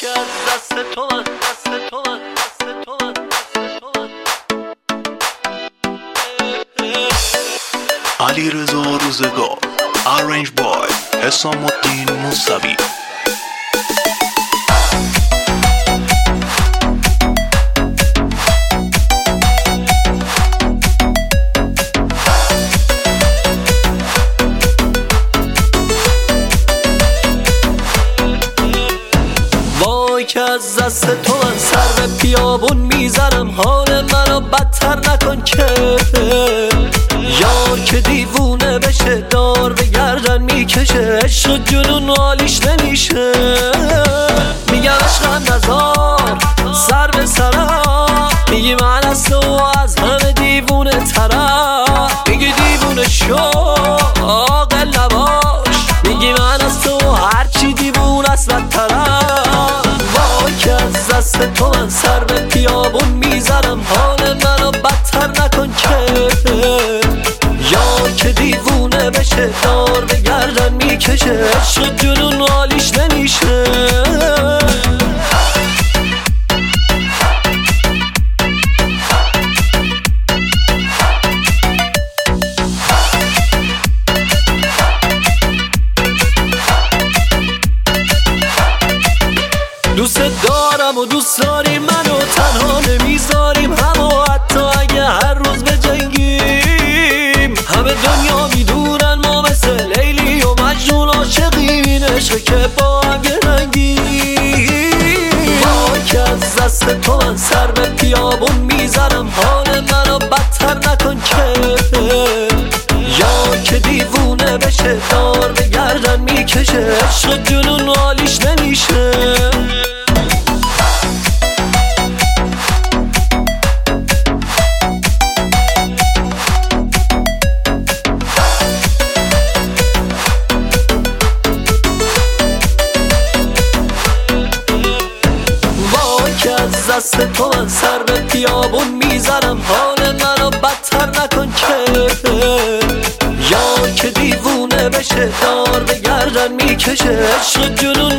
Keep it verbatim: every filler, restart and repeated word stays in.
از دست تو من، دست تو من، دست تو من، دست تو من. علیرضا روزگار Arrange by حسام الدین موسوی. که از دست تو من سر به پیابون میزنم، حال منو بدتر نکن که یار که دیوونه بشه دار به گردن میکشه، عشق جنون حالیش نمیشه. میگم عشقم نزار سر به سرم، میگی من از تو از همه دیوونه ترم، میگی دیوونه شو عاقل نباش، میگی من از تو هرچی دیوونه است بدترم. که از دست تو من سر به پیابون میزنم، حال منو بدتر نکن که یار که دیوونه بشه دار به گردن میکشه، عشق جنون حالیش نمیشه. دوست دارم و دوست داری منو، تنها نمیذاریم همو حتی اگه هر روز بجنگیم. همه دنیا میدونن ما مثل لیلی و مجنون عاشقیم، این عشق که با هم گرنگیم. وای که از دست تو من سر به پیابون میزنم، حال منو بدتر نکن که یار که دیوونه بشه دار به گردن میکشه، عشق جنون حالیش نمیشه. از دست تو من سر به پیابون میزنم، حال منو بدتر نکن که یار که دیوونه بشه دار به گردن میکشه، عشق جنون